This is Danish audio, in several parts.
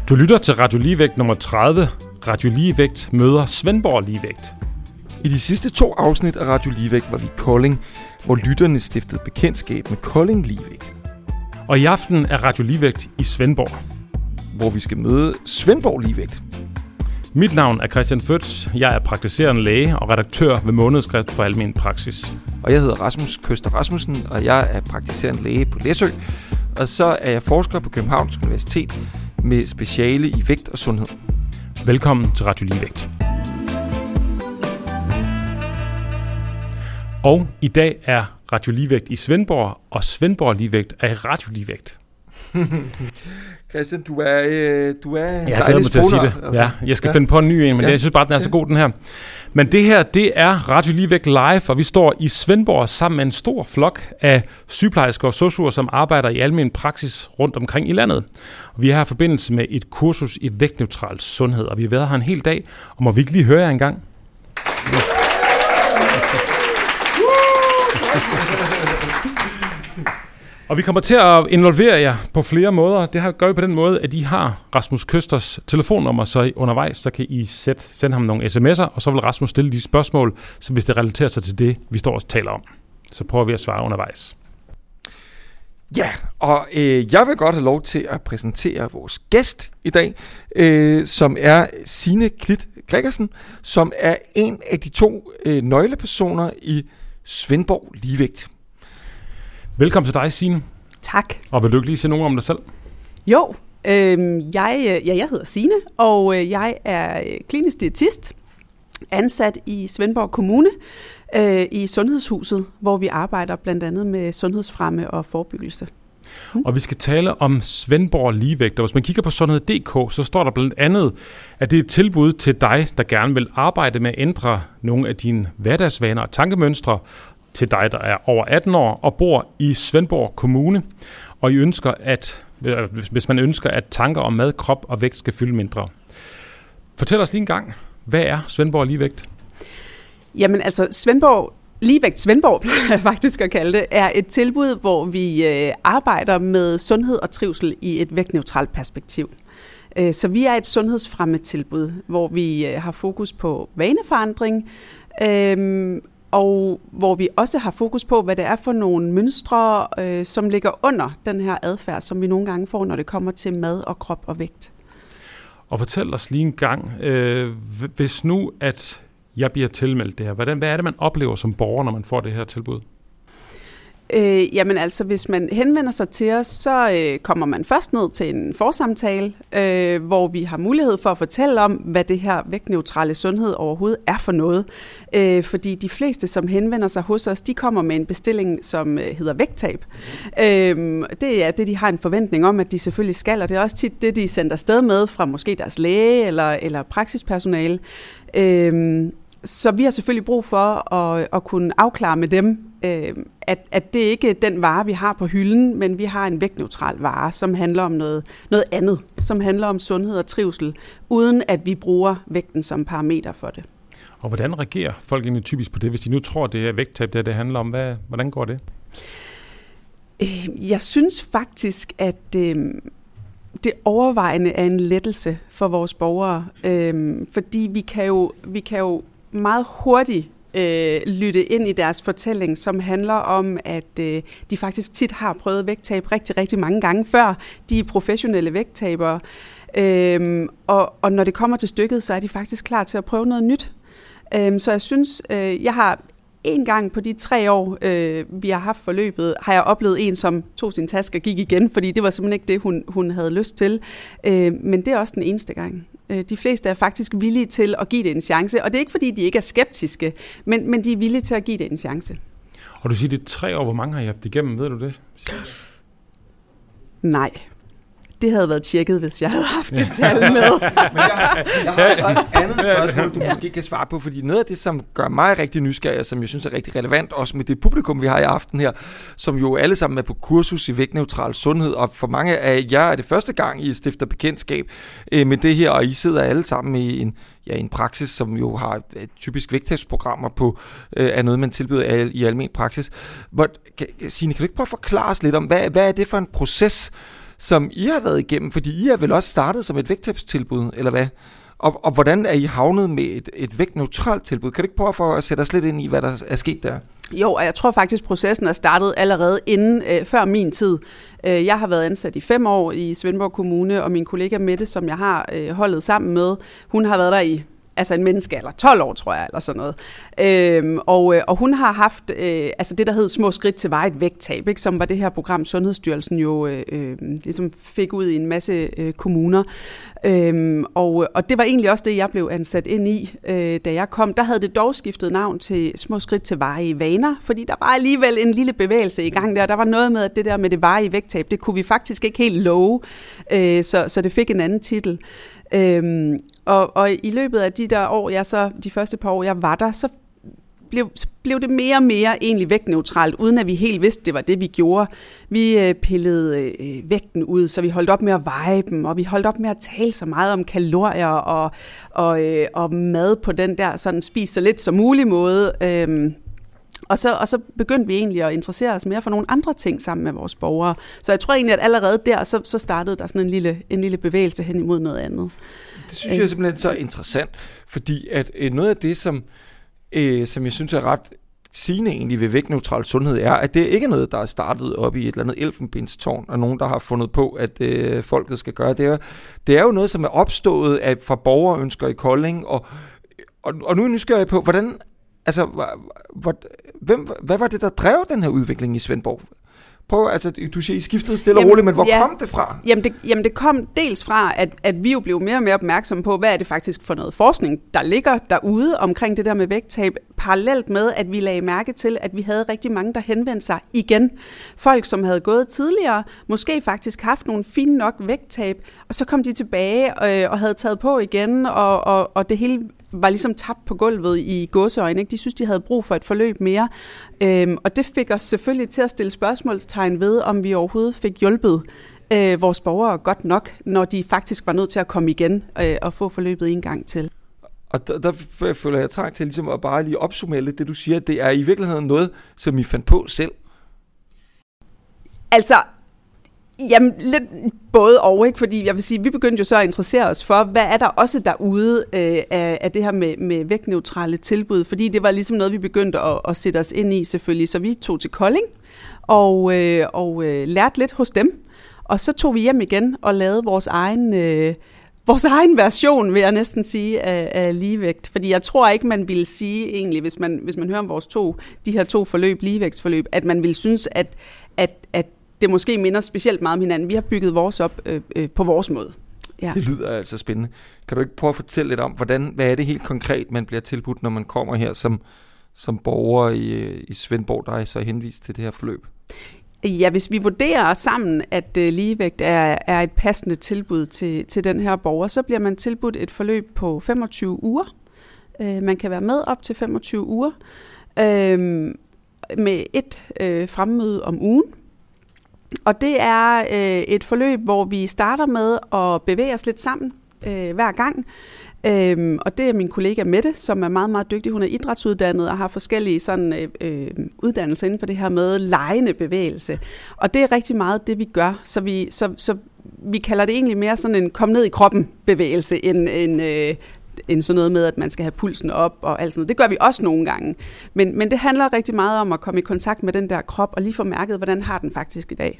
Du lytter til Radio Ligevægt nummer 30. Radio Ligevægt møder Svendborg Ligevægt. I de sidste 2 afsnit af Radio Ligevægt var vi i Kolding, hvor lytterne stiftede bekendtskab med Kolding Ligevægt. Og i aften er Radio Ligevægt i Svendborg, hvor vi skal møde Svendborg Ligevægt. Mit navn er Christian Føtz. Jeg er praktiserende læge og redaktør ved Månedsskrift for Almen Praksis. Og jeg hedder Rasmus Køster Rasmussen, og jeg er praktiserende læge på Læsø. Og så er jeg forsker på Københavns Universitet med speciale i vægt og sundhed. Velkommen til Radio Ligevægt. Og i dag er Radio Ligevægt i Svendborg, og Svendborg Ligevægt er i Radio Ligevægt. Christian, du er jeg glæder mig til at sige det. Ja, jeg skal finde på en ny en, men jeg synes bare, den er så god, den her. Men det her, det er Radio Ligevægt live, og vi står i Svendborg sammen med en stor flok af sygeplejersker og sosuer, som arbejder i almen praksis rundt omkring i landet. Og vi har forbindelse med et kursus i vægtneutral sundhed, og vi har været her en hel dag, og må vi ikke lige høre jer en gang? Og vi kommer til at involvere jer på flere måder. Det her gør vi på den måde, at I har Rasmus Køsters telefonnummer, så undervejs så kan I sende ham nogle sms'er, og så vil Rasmus stille de spørgsmål, så hvis det relaterer sig til det, vi står og taler om. Så prøver vi at svare undervejs. Ja, og jeg vil godt have lov til at præsentere vores gæst i dag, som er Signe Klit Gregersen, som er en af de 2 nøglepersoner i Svendborg Ligevægt. Velkommen til dig, Signe. Tak. Og vil du ikke lige sige nogen om dig selv? Jo, jeg hedder Signe, og jeg er klinisk diætist, ansat i Svendborg Kommune i Sundhedshuset, hvor vi arbejder blandt andet med sundhedsfremme og forebyggelse. Og vi skal tale om Svendborg Ligevægt, og hvis man kigger på sundhed.dk, så står der blandt andet, at det er et tilbud til dig, der gerne vil arbejde med at ændre nogle af dine hverdagsvaner og tankemønstre, til dig, der er over 18 år og bor i Svendborg Kommune, og hvis man ønsker, at tanker om mad, krop og vægt skal fylde mindre. Fortæl os lige en gang, hvad er Svendborg Ligevægt? Jamen altså, Svendborg plejer jeg faktisk at kalde det, er et tilbud, hvor vi arbejder med sundhed og trivsel i et vægtneutralt perspektiv. Så vi er et sundhedsfremmetilbud, hvor vi har fokus på vaneforandring, og hvor vi også har fokus på, hvad det er for nogle mønstre, som ligger under den her adfærd, som vi nogle gange får, når det kommer til mad og krop og vægt. Og fortæl os lige en gang, hvis nu, at jeg bliver tilmeldt det her, hvad er det, man oplever som borger, når man får det her tilbud? Jamen altså, hvis man henvender sig til os, så kommer man først ned til en forsamtale, hvor vi har mulighed for at fortælle om, hvad det her vægtneutrale sundhed overhovedet er for noget. Fordi de fleste, som henvender sig hos os, de kommer med en bestilling, som hedder vægttab. Det er det, de har en forventning om, at de selvfølgelig skal, og det er også tit det, de sender afsted med fra måske deres læge eller praksispersonale. Så vi har selvfølgelig brug for at kunne afklare med dem, at det ikke er den vare, vi har på hylden, men vi har en vægtneutral vare, som handler om noget andet, som handler om sundhed og trivsel, uden at vi bruger vægten som parameter for det. Og hvordan reagerer folk egentlig typisk på det, hvis de nu tror, det er vægttab, det handler om? Hvordan går det? Jeg synes faktisk, at det overvejende er en lettelse for vores borgere, fordi vi kan jo meget hurtigt lytte ind i deres fortælling, som handler om, at de faktisk tit har prøvet vægttab rigtig, rigtig mange gange før. De er professionelle vægttabere, og når det kommer til stykket, så er de faktisk klar til at prøve noget nyt. Så jeg synes, jeg har en gang på de 3 år, vi har haft forløbet, har jeg oplevet en, som tog sin taske og gik igen, fordi det var simpelthen ikke det, hun havde lyst til. Men det er også den eneste gang. De fleste er faktisk villige til at give det en chance, og det er ikke, fordi de ikke er skeptiske, men de er villige til at give det en chance. Og du siger, det er 3 år. Hvor mange har I haft igennem? Ved du det? Nej. Det havde været tjekket, hvis jeg havde haft det tal med. Men jeg har så et andet spørgsmål, du måske kan svare på, fordi noget af det, som gør mig rigtig nysgerrig, og som jeg synes er rigtig relevant, også med det publikum, vi har i aften her, som jo alle sammen er på kursus i vægtneutral sundhed, og for mange af jer er det første gang, I stifter bekendtskab med det her, og I sidder alle sammen i en praksis, som jo har typisk vægttabsprogrammer på, er noget, man tilbyder i almen praksis. Signe, kan du ikke prøve at forklare os lidt om, hvad er det for en proces, som I har været igennem, fordi I er vel også startet som et vægttabstilbud, eller hvad? Og hvordan er I havnet med et vægtneutralt tilbud? Kan du ikke prøve for at sætte os lidt ind i, hvad der er sket der? Jo, og jeg tror faktisk, processen er startet allerede før min tid. Jeg har været ansat i 5 år i Svendborg Kommune, og min kollega Mette, som jeg har holdet sammen med, hun har været der i en menneskealder, 12 år, tror jeg, eller sådan noget. Og hun har haft det, der hed Små skridt til varigt vægttab, ikke, som var det her program, Sundhedsstyrelsen jo ligesom fik ud i en masse kommuner. Og det var egentlig også det, jeg blev ansat ind i, da jeg kom. Der havde det dog skiftet navn til Små skridt til varige vaner, fordi der var alligevel en lille bevægelse i gang der. Der var noget med, at det der med det varige vægttab, det kunne vi faktisk ikke helt love, så det fik en anden titel. Og i løbet af de der år, de første par år, jeg var der, så blev det mere og mere egentlig vægtneutralt, uden at vi helt vidste, det var det, vi gjorde. Vi pillede vægten ud, så vi holdt op med at veje dem, og vi holdt op med at tale så meget om kalorier og mad på den der sådan spis så lidt som mulig måde. Og så begyndte vi egentlig at interessere os mere for nogle andre ting sammen med vores borgere. Så jeg tror egentlig, at allerede der, så startede der sådan en lille bevægelse hen imod noget andet. Det synes jeg simpelthen så interessant, fordi at noget af det, som jeg synes er ret sigende egentlig ved vægtneutral sundhed, er, at det ikke er noget, der er startet op i et eller andet elfenbenstårn, og nogen, der har fundet på, at folket skal gøre det. Det er jo noget, som er opstået fra borgerønsker i Kolding, og nu er jeg nysgerrig på, hvordan... hvad var det, der drev den her udvikling i Svendborg? Du siger, I skiftede stille og roligt, men hvor kom det fra? Jamen det kom dels fra, at vi jo blev mere og mere opmærksomme på, hvad er det faktisk for noget forskning, der ligger derude omkring det der med vægttab, parallelt med, at vi lagde mærke til, at vi havde rigtig mange, der henvendte sig igen. Folk, som havde gået tidligere, måske faktisk haft nogle fine nok vægttab, og så kom de tilbage og havde taget på igen, og det hele var ligesom tabt på gulvet i gåseøjne. Ikke? De synes, de havde brug for et forløb mere. Og det fik os selvfølgelig til at stille spørgsmålstegn ved, om vi overhovedet fik hjulpet vores borgere godt nok, når de faktisk var nødt til at komme igen og få forløbet en gang til. Og der føler jeg trang til ligesom at bare lige opsummere lidt det, du siger. Det er i virkeligheden noget, som I fandt på selv. Jamen, lidt både og, ikke? Fordi jeg vil sige, vi begyndte jo så at interessere os for, hvad er der også derude af det her med vægtneutrale tilbud, fordi det var ligesom noget, vi begyndte at sætte os ind i selvfølgelig. Så vi tog til Kolding og lærte lidt hos dem, og så tog vi hjem igen og lavede vores egen version, vil jeg næsten sige, af ligevægt. Fordi jeg tror ikke, man ville sige egentlig, hvis man hører om de her to forløb, ligevægtsforløb, at man ville synes, at det måske minder specielt meget om hinanden. Vi har bygget vores op på vores måde. Ja. Det lyder altså spændende. Kan du ikke prøve at fortælle lidt om, hvad er det helt konkret, man bliver tilbudt, når man kommer her som borger i Svendborg, der er så henvist til det her forløb? Ja, hvis vi vurderer sammen, at ligevægt er et passende tilbud til den her borger, så bliver man tilbudt et forløb på 25 uger. Man kan være med op til 25 uger med et fremmøde om ugen. Og det er et forløb, hvor vi starter med at bevæge os lidt sammen hver gang. Og det er min kollega Mette, som er meget, meget dygtig. Hun er idrætsuddannet og har forskellige uddannelser inden for det her med legende bevægelse. Og det er rigtig meget det, vi gør. Så vi kalder det egentlig mere sådan en kom ned i kroppen bevægelse, end sådan noget med, at man skal have pulsen op og alt sådan noget. Det gør vi også nogle gange. Men det handler rigtig meget om at komme i kontakt med den der krop og lige få mærket, hvordan har den faktisk i dag.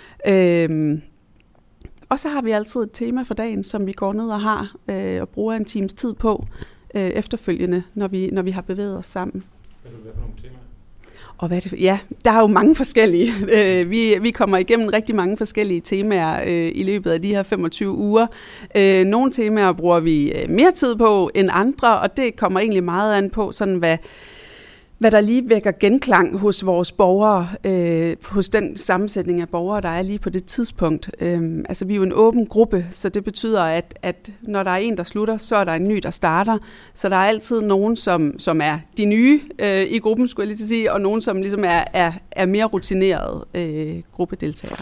Og så har vi altid et tema for dagen, som vi går ned og har og bruger en times tid på efterfølgende, når vi har bevæget os sammen. Hvad er det for nogle temaer? Og hvad er det? Ja, der er jo mange forskellige. Vi kommer igennem rigtig mange forskellige temaer i løbet af de her 25 uger. Nogle temaer bruger vi mere tid på end andre, og det kommer egentlig meget an på, sådan hvad der lige vækker genklang hos vores borgere, hos den sammensætning af borgere, der er lige på det tidspunkt. Altså vi er jo en åben gruppe, så det betyder, at når der er en, der slutter, så er der en ny, der starter. Så der er altid nogen, som er de nye i gruppen, skulle jeg lige sige, og nogen, som ligesom er mere rutinerede gruppedeltagere.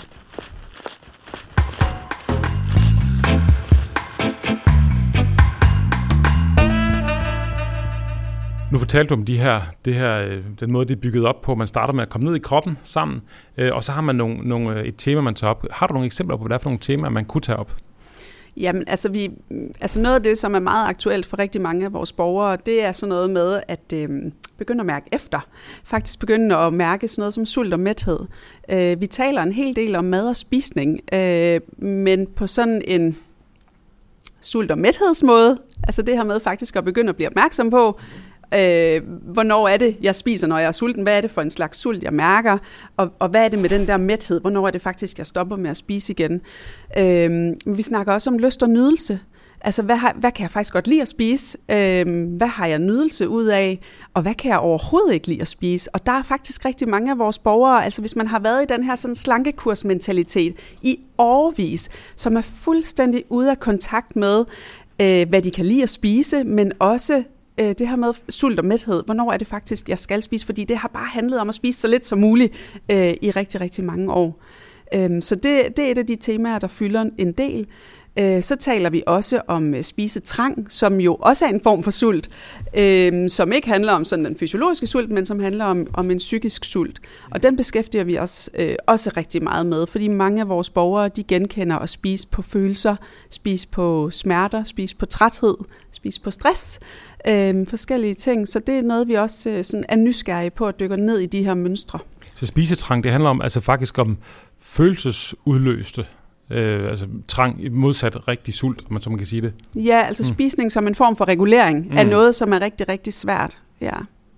Nu fortalte du om den måde, det er bygget op på. Man starter med at komme ned i kroppen sammen, og så har man et tema, man tager op. Har du nogle eksempler på, hvad det er for nogle temaer, man kunne tage op? Jamen, altså noget af det, som er meget aktuelt for rigtig mange af vores borgere, det er sådan noget med at begynde at mærke efter. Faktisk begynde at mærke sådan noget som sult og mæthed. Vi taler en hel del om mad og spisning, men på sådan en sult- og mæthedsmåde. Altså det her med faktisk at begynde at blive opmærksom på, hvornår er det, jeg spiser, når jeg er sulten? Hvad er det for en slags sult, jeg mærker? Og hvad er det med den der mæthed? Hvornår er det faktisk, jeg stopper med at spise igen? Vi snakker også om lyst og nydelse. Altså, hvad kan jeg faktisk godt lide at spise? Hvad har jeg nydelse ud af? Og hvad kan jeg overhovedet ikke lide at spise? Og der er faktisk rigtig mange af vores borgere, altså hvis man har været i den her sådan slankekursmentalitet i årevis, som er fuldstændig ude af kontakt med, hvad de kan lide at spise, men også det her med sult og mæthed. Hvornår er det faktisk, jeg skal spise? Fordi det har bare handlet om at spise så lidt som muligt i rigtig, rigtig mange år. Så det er et af de temaer, der fylder en del. Så taler vi også om spisetrang, som jo også er en form for sult, som ikke handler om sådan den fysiologiske sult, men som handler om en psykisk sult. Og den beskæftiger vi os også rigtig meget med, fordi mange af vores borgere, de genkender at spise på følelser, spise på smerter, spise på træthed, spise på stress, forskellige ting. Så det er noget, vi også sådan er nysgerrige på at dykke ned i de her mønstre. Så spisetrang, det handler om altså faktisk om følelsesudløste altså trang modsat rigtig sult, om man så man kan sige det. Ja, altså spisning som en form for regulering af noget, som er rigtig, rigtig svært. Ja.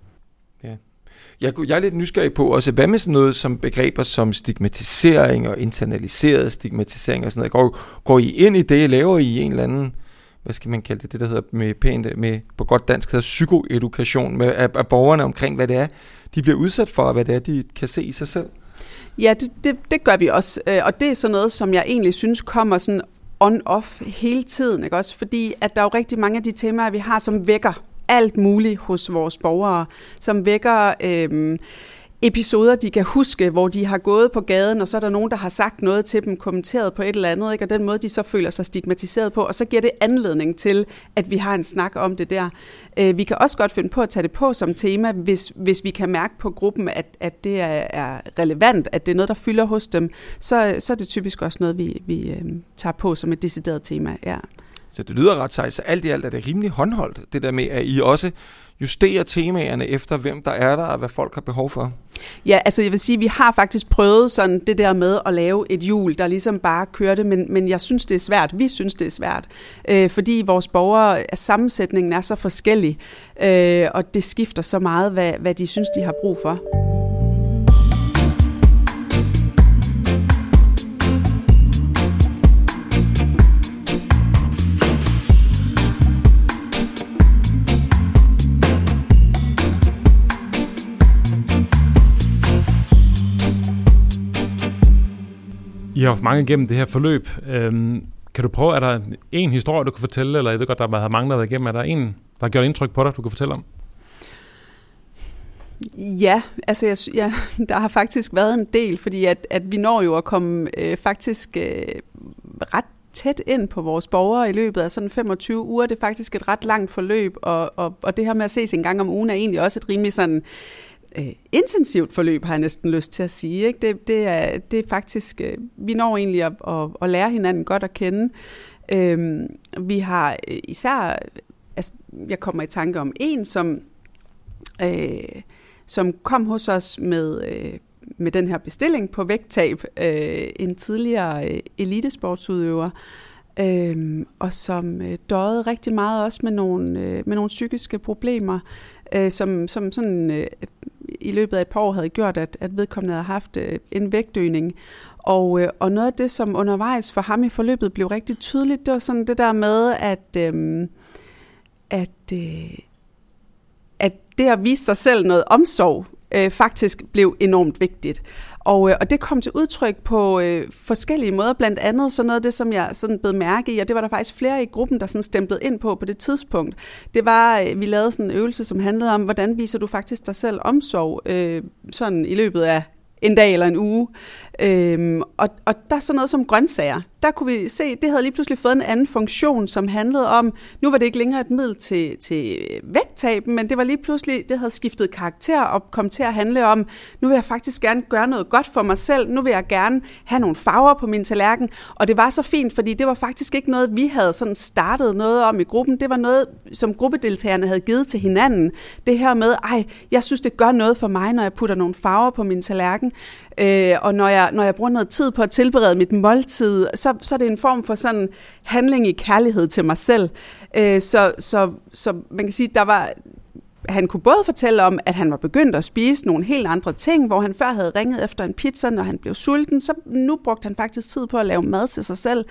Jeg er lidt nysgerrig på også, hvad med sådan noget som begreber som stigmatisering og internaliseret stigmatisering og sådan noget. Går I ind i det? Laver I en eller anden, hvad skal man kalde det der hedder med på godt dansk hedder psykoedukation af borgerne omkring, hvad det er, de bliver udsat for, og hvad det er, de kan se i sig selv? Ja, det gør vi også, og det er sådan noget, som jeg egentlig synes kommer sådan on-off hele tiden, ikke også? Fordi at der er jo rigtig mange af de temaer, vi har, som vækker alt muligt hos vores borgere, som vækker episoder, de kan huske, hvor de har gået på gaden, og så er der nogen, der har sagt noget til dem, kommenteret på et eller andet, ikke? Og den måde, de så føler sig stigmatiseret på, og så giver det anledning til, at vi har en snak om det der. Vi kan også godt finde på at tage det på som tema, hvis vi kan mærke på gruppen, at det er relevant, at det er noget, der fylder hos dem, så er det typisk også noget, vi tager på som et decideret tema, ja. Så det lyder ret sejt, så alt i alt er det rimelig håndholdt, det der med, at I også justerer temaerne efter, hvem der er der, og hvad folk har behov for. Ja, altså jeg vil sige, vi har faktisk prøvet sådan det der med at lave et hjul, der ligesom bare kørte, men jeg synes, det er svært. Vi synes, det er svært, fordi vores borgere, sammensætningen er så forskellig, og det skifter så meget, hvad de synes, de har brug for. I har haft mange igennem det her forløb. Kan du prøve, er der en historie, du kan fortælle, eller jeg ved godt, der har mange, der har været igennem, er der en, der har gjort indtryk på dig, du kan fortælle om? Ja, altså der har faktisk været en del, fordi at vi når jo at komme faktisk ret tæt ind på vores borgere i løbet af sådan 25 uger. Det er faktisk et ret langt forløb, og det her med at ses en gang om ugen er egentlig også et rimelig sådan intensivt forløb, har jeg næsten lyst til at sige. Ikke? Det er faktisk, vi når egentlig at lære hinanden godt at kende. Vi har især, altså, jeg kommer i tanke om en, som kom hos os med den her bestilling på vægttab, en tidligere elitesportsudøver, og som døjede rigtig meget også med nogle psykiske problemer, som sådan i løbet af et par år havde gjort, at vedkommende havde haft en vægtøgning. Og noget af det, som undervejs for ham i forløbet blev rigtig tydeligt, det var sådan det der med, at det at vise sig selv noget omsorg faktisk blev enormt vigtigt. Og det kom til udtryk på forskellige måder, blandt andet sådan noget af det, som jeg sådan bed mærke i, og det var der faktisk flere i gruppen, der sådan stemplede ind på det tidspunkt. Det var, vi lavede sådan en øvelse, som handlede om, hvordan viser du faktisk dig selv omsorg sådan i løbet af en dag eller en uge. Og der er sådan noget som grøntsager. der kunne vi se, det havde lige pludselig fået en anden funktion, som handlede om, nu var det ikke længere et middel til vægttab, men det var lige pludselig, det havde skiftet karakter og kom til at handle om, nu vil jeg faktisk gerne gøre noget godt for mig selv, nu vil jeg gerne have nogle farver på min tallerken, og det var så fint, fordi det var faktisk ikke noget, vi havde sådan startet noget om i gruppen, det var noget, som gruppedeltagerne havde givet til hinanden, det her med, jeg synes, det gør noget for mig, når jeg putter nogle farver på min tallerken, og når jeg bruger noget tid på at tilberede mit måltid, så er det en form for sådan handling i kærlighed til mig selv. Så man kan sige, han kunne både fortælle om, at han var begyndt at spise nogle helt andre ting, hvor han før havde ringet efter en pizza, når han blev sulten, så nu brugte han faktisk tid på at lave mad til sig selv.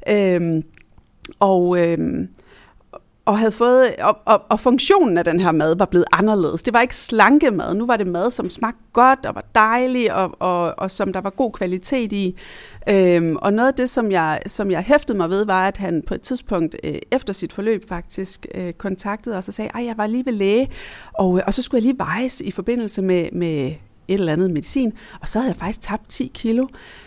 Og havde fået, og funktionen af den her mad var blevet anderledes. Det var ikke slanke mad, nu var det mad, som smagte godt og var dejlig, og som der var god kvalitet i. Og noget af det, som jeg hæftede mig ved, var, at han på et tidspunkt efter sit forløb faktisk kontaktede os og sagde, jeg var lige ved læge, og så skulle jeg lige vejes i forbindelse med et eller andet medicin, og så havde jeg faktisk tabt 10 kilo.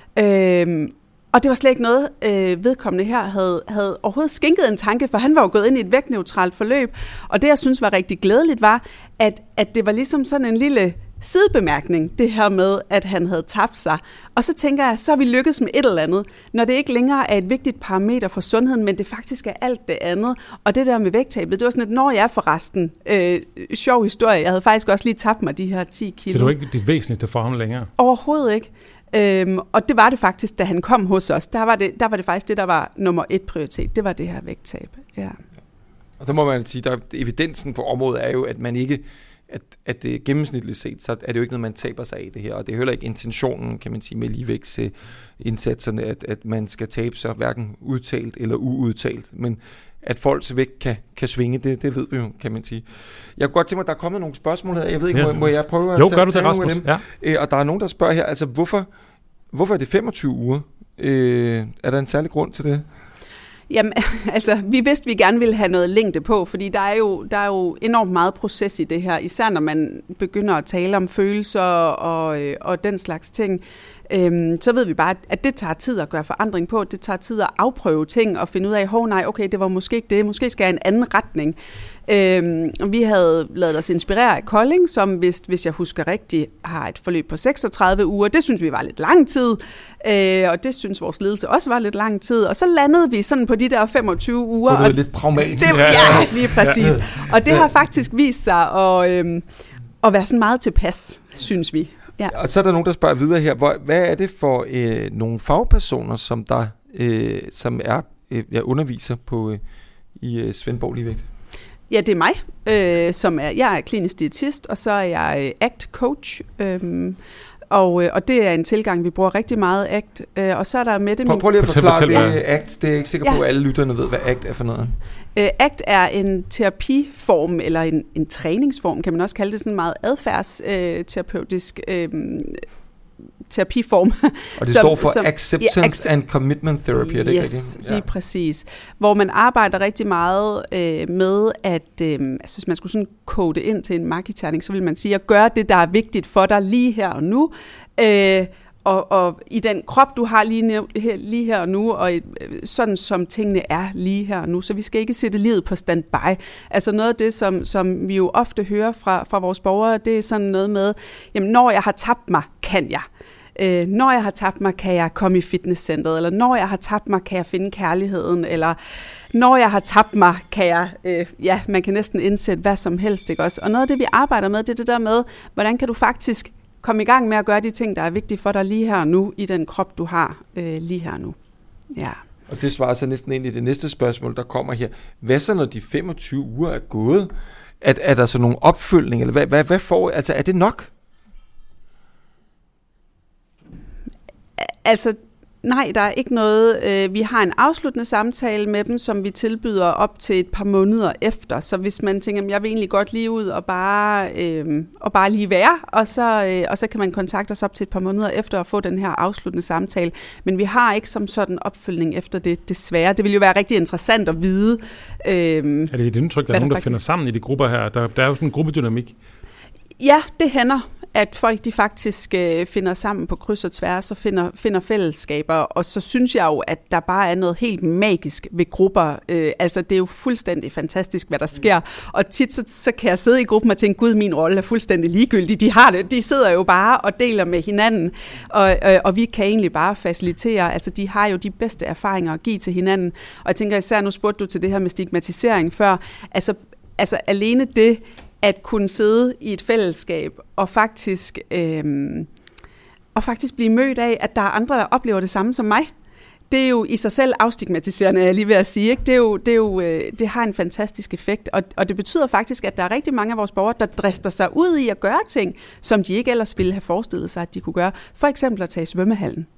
Og det var slet ikke noget, vedkommende her havde overhovedet skænket en tanke, for han var jo gået ind i et vægtneutralt forløb. Og det, jeg synes var rigtig glædeligt, var, at det var ligesom sådan en lille sidebemærkning, det her med, at han havde tabt sig. Og så tænker jeg, så har vi lykkes med et eller andet, når det ikke længere er et vigtigt parameter for sundheden, men det faktisk er alt det andet. Og det der med vægttabet, det var sådan et, når jeg er forresten, sjov historie, jeg havde faktisk også lige tabt mig de her 10 kilo. Så det var ikke det væsentligste for ham længere? Overhovedet ikke. Og det var det faktisk, da han kom hos os. Der var det faktisk det, der var nummer 1 prioritet. Det var det her vægttab. Ja. Og der må man sige, at evidensen på området er jo, at man ikke, at det gennemsnitligt set, så er det jo ikke noget, man taber sig af det her. Og det er heller ikke intentionen, kan man sige, med ligevægtsindsatserne, at man skal tabe sig hverken udtalt eller uudtalt. Men at folks vægt kan svinge, det ved vi jo, kan man sige. Jeg kunne godt tænke mig, at der er kommet nogle spørgsmål her. Jeg ved ikke, må jeg prøve at tage det, Rasmus. Nogle af dem? Ja. Og der er nogen, der spørger her, altså hvorfor er det 25 uger? Er der en særlig grund til det? Jamen, altså, vi vidste, vi gerne ville have noget længde på, fordi der er jo enormt meget proces i det her, især når man begynder at tale om følelser og den slags ting. Så ved vi bare, at det tager tid at gøre forandring på, det tager tid at afprøve ting og finde ud af, okay, det var måske ikke det, måske skal jeg i en anden retning. Vi havde lavet os inspirere af Kolding, som hvis jeg husker rigtigt, har et forløb på 36 uger. Det synes vi var lidt lang tid, og det synes vores ledelse også var lidt lang tid. Og så landede vi sådan på de der 25 uger. Det var lidt pragmatisk. Ja, lige præcis. Og det har faktisk vist sig at være sådan meget tilpas, synes vi. Ja. Og så er der nogen, der spørger videre her, hvad er det for nogle fagpersoner, som er underviser i Svendborg Ligevægt? Ja, det er mig, jeg er klinisk diætist, og så er jeg ACT-coach, og det er en tilgang, vi bruger rigtig meget ACT, og så er der Mette... Prøv lige at forklare det ACT, det er ikke sikker på, at alle lytterne ved, hvad ACT er for noget. ACT er en terapiform, eller en træningsform, kan man også kalde det, sådan en meget adfærdsterapeutisk terapiform. Og det står for Acceptance and Commitment Therapy, er det ikke rigtigt? Yes, lige præcis. Hvor man arbejder rigtig meget med, at hvis man skulle sådan kode ind til en marketerning, så vil man sige, at gøre det, der er vigtigt for dig lige her og nu, og i den krop, du har lige her og nu, og sådan som tingene er lige her og nu. Så vi skal ikke sætte livet på standby. Altså noget af det, som vi jo ofte hører fra vores borgere, det er sådan noget med, jamen når jeg har tabt mig, kan jeg. Når jeg har tabt mig, kan jeg komme i fitnesscenteret, eller når jeg har tabt mig, kan jeg finde kærligheden, eller når jeg har tabt mig, kan jeg, man kan næsten indsætte hvad som helst, ikke også? Og noget af det, vi arbejder med, det er det der med, hvordan kan du faktisk komme i gang med at gøre de ting, der er vigtige for dig lige her og nu, i den krop, du har lige her og nu. Ja. Og det svarer så næsten ind i det næste spørgsmål, der kommer her. Hvad så, når de 25 uger er gået? Er der så nogle opfølgning, eller hvad får, altså er det nok? Altså, nej, der er ikke noget. Vi har en afsluttende samtale med dem, som vi tilbyder op til et par måneder efter. Så hvis man tænker, jeg vil egentlig godt lige ud og bare lige være, og så kan man kontakte os op til et par måneder efter at få den her afsluttende samtale. Men vi har ikke som sådan opfølgning efter det, desværre. Det vil jo være rigtig interessant at vide. Er det et indtryk, at der er nogen, der finder sammen i de grupper her? Der er jo sådan en gruppedynamik. Ja, det hænder. at folk de faktisk finder sammen på kryds og tværs og finder fællesskaber, og så synes jeg jo, at der bare er noget helt magisk ved grupper. Altså det er jo fuldstændig fantastisk, hvad der sker, og tit så kan jeg sidde i gruppen og tænke, gud, min rolle er fuldstændig ligegyldig. De sidder jo bare og deler med hinanden, og vi kan egentlig bare facilitere, altså de har jo de bedste erfaringer at give til hinanden, og jeg tænker især, nu spurgte du til det her med stigmatisering før, altså alene det, at kunne sidde i et fællesskab og faktisk blive mødt af, at der er andre, der oplever det samme som mig. Det er jo i sig selv afstigmatiserende, jeg lige ved at sige. Ikke? Det har en fantastisk effekt, og det betyder faktisk, at der er rigtig mange af vores borgere, der drister sig ud i at gøre ting, som de ikke ellers ville have forestillet sig, at de kunne gøre. For eksempel at tage i svømmehallen.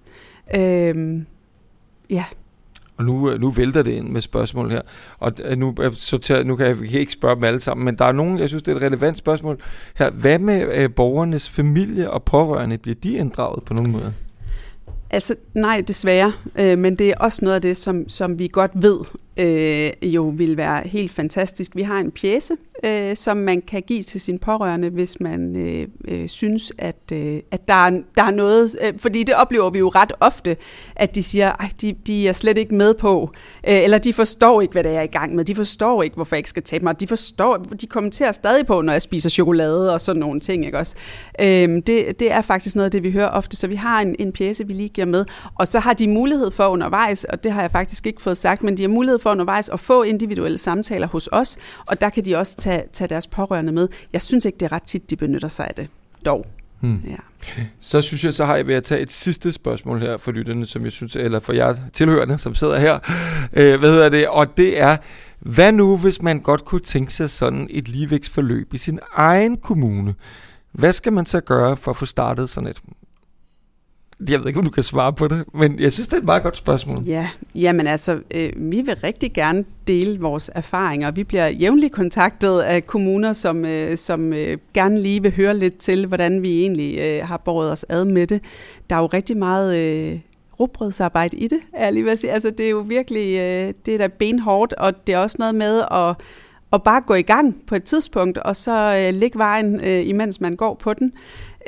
Ja. Og nu vælter det ind med spørgsmål her. Og nu kan jeg ikke spørge dem alle sammen, men der er nogen, jeg synes, det er et relevant spørgsmål her. Hvad med borgernes familie og pårørende? Bliver de inddraget på nogen måde? Altså, nej, desværre. Men det er også noget af det, som vi godt ved jo vil være helt fantastisk. Vi har en pjece, som man kan give til sine pårørende, hvis man synes, at der er noget, fordi det oplever vi jo ret ofte, at de siger, de er slet ikke med på, eller de forstår ikke, hvad det er i gang med, de forstår ikke, hvorfor jeg ikke skal tabe mig, de kommenterer stadig på, når jeg spiser chokolade og sådan nogle ting, ikke også? Det er faktisk noget af det, vi hører ofte, så vi har en pjece, vi lige giver med, og så har de mulighed for undervejs, og det har jeg faktisk ikke fået sagt, men de har mulighed for undervejs at få individuelle samtaler hos os, og der kan de også tage deres pårørende med. Jeg synes ikke, det er ret tit, de benytter sig af det. Dog. Ja. Så synes jeg, så har jeg ved at tage et sidste spørgsmål her for lytterne, som jeg synes, eller for jer tilhørende, som sidder her. Og det er, hvad nu, hvis man godt kunne tænke sig sådan et ligevægtsforløb i sin egen kommune? Hvad skal man så gøre for at få startet sådan et? Jeg ved ikke, om du kan svare på det, men jeg synes, det er et meget godt spørgsmål. Ja, jamen altså, vi vil rigtig gerne dele vores erfaringer. Vi bliver jævnligt kontaktet af kommuner, som gerne lige vil høre lidt til, hvordan vi egentlig har båret os ad med det. Der er jo rigtig meget rugbrødsarbejde i det, er jeg lige ved at sige. Altså, det er jo virkelig, det er da benhårdt, og det er også noget med at bare gå i gang på et tidspunkt, og så lægge vejen, imens man går på den.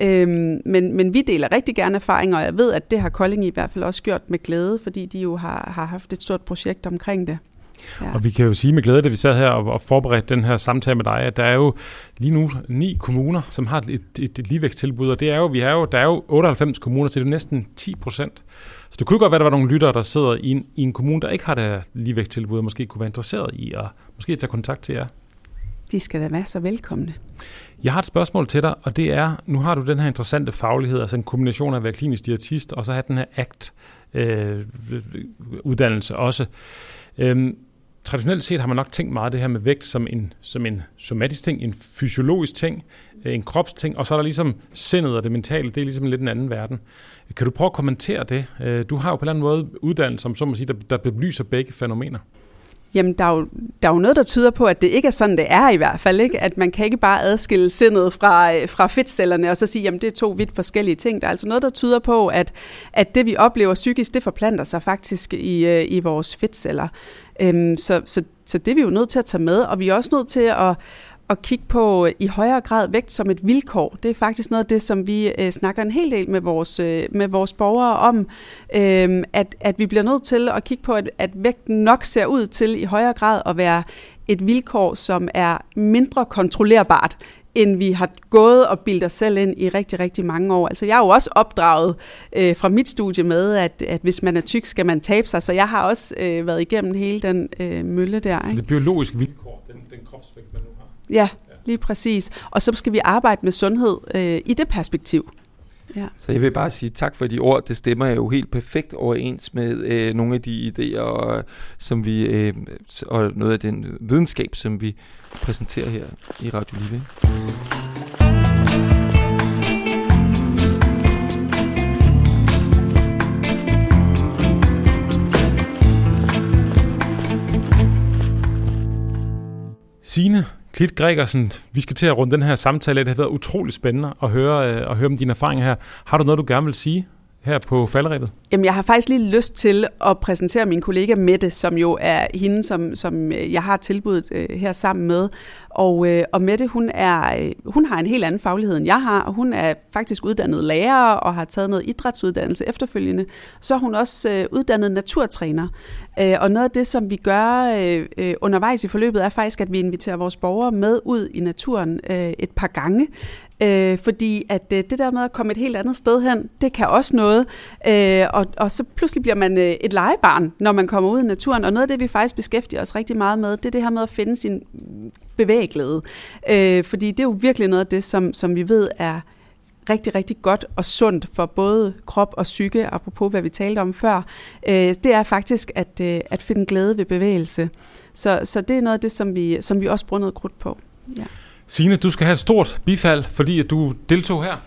Men vi deler rigtig gerne erfaringer, og jeg ved, at det har Kolding i hvert fald også gjort med glæde, fordi de jo har haft et stort projekt omkring det. Ja. Og vi kan jo sige med glæde, da vi sad her og forberedte den her samtale med dig, at der er jo lige nu 9 kommuner, som har et ligevægtstilbud, og det er jo, der er jo 98 kommuner, så det er næsten 10%. Så det kunne godt være, at der var nogle lyttere, der sidder i en kommune, der ikke har det ligevægtstilbud, og måske kunne være interesseret i at måske tage kontakt til jer. De skal da være så velkomne. Jeg har et spørgsmål til dig, og det er, nu har du den her interessante faglighed, altså en kombination af at være klinisk diætist, og så have den her ACT-uddannelse også. Traditionelt set har man nok tænkt meget det her med vægt som en somatisk ting, en fysiologisk ting, en kropsting, og så er der ligesom sindet og det mentale, det er ligesom lidt en anden verden. Kan du prøve at kommentere det? Du har jo på en eller anden måde uddannelse, som så må sige, der belyser begge fænomener. Jamen, der er jo noget, der tyder på, at det ikke er sådan, det er i hvert fald, ikke? At man kan ikke bare adskille sindet fra fedtcellerne og så sige, jamen det er 2 vidt forskellige ting. Der er altså noget, der tyder på, at det, vi oplever psykisk, det forplanter sig faktisk i vores fedtceller. Så det er vi jo nødt til at tage med, og vi er også nødt til at kigge på i højere grad vægt som et vilkår. Det er faktisk noget af det, som vi snakker en hel del med vores borgere om, at vi bliver nødt til at kigge på, at vægten nok ser ud til i højere grad at være et vilkår, som er mindre kontrollerbart, end vi har gået og bildet os selv ind i rigtig, rigtig mange år. Altså jeg er jo også opdraget fra mit studie med, at hvis man er tyk, skal man tabe sig, så jeg har også været igennem hele den mølle der. Ikke? Så det biologiske vilkår, den kropsvægt, man nu har. Ja, lige præcis. Og så skal vi arbejde med sundhed i det perspektiv. Ja. Så jeg vil bare sige tak for de ord. Det stemmer jo helt perfekt overens med nogle af de idéer, som vi og noget af den videnskab, som vi præsenterer her i Radio Live. Signe Klit Gregersen, vi skal til at runde den her samtale. Det har været utrolig spændende at høre om dine erfaringer her. Har du noget, du gerne vil sige her på falderebet? Jamen, jeg har faktisk lige lyst til at præsentere min kollega Mette, som jo er hende, som jeg har tilbudt her sammen med. Og Mette, hun har en helt anden faglighed, end jeg har, og hun er faktisk uddannet lærer og har taget noget idrætsuddannelse efterfølgende. Så er hun også uddannet naturtræner. Og noget af det, som vi gør undervejs i forløbet, er faktisk, at vi inviterer vores borgere med ud i naturen et par gange. Fordi at det der med at komme et helt andet sted hen, det kan også noget. Og så pludselig bliver man et legebarn, når man kommer ud i naturen. Og noget af det, vi faktisk beskæftiger os rigtig meget med, det er det her med at finde sin bevægeglæde. Fordi det er jo virkelig noget af det, som vi ved er rigtig, rigtig godt og sundt for både krop og psyke, apropos hvad vi talte om før. Det er faktisk at finde glæde ved bevægelse. Så det er noget af det, som vi også bruger noget krudt på. Ja. Signe, du skal have et stort bifald, fordi at du deltog her.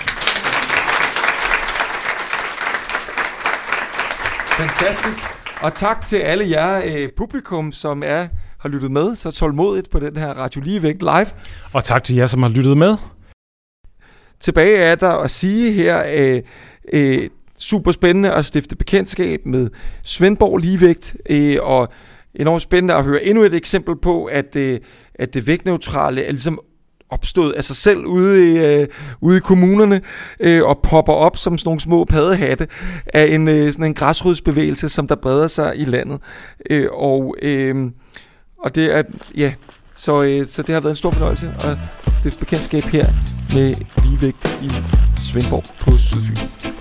Fantastisk. Og tak til alle jer publikum, som har lyttet med så tålmodigt på den her Radio Ligevægt live. Og tak til jer, som har lyttet med. Tilbage er der at sige her, super spændende at stifte bekendtskab med Svendborg Ligevægt, og enormt spændende at høre endnu et eksempel på, at det vægtneutrale er ligesom opstået af sig selv ude i kommunerne og popper op som sådan nogle små paddehatte af sådan en græsrodsbevægelse, som der breder sig i landet. Og det er, ja, så det har været en stor fornøjelse at stifte bekendtskab her med Ligevægt i Svendborg på Sydfyn.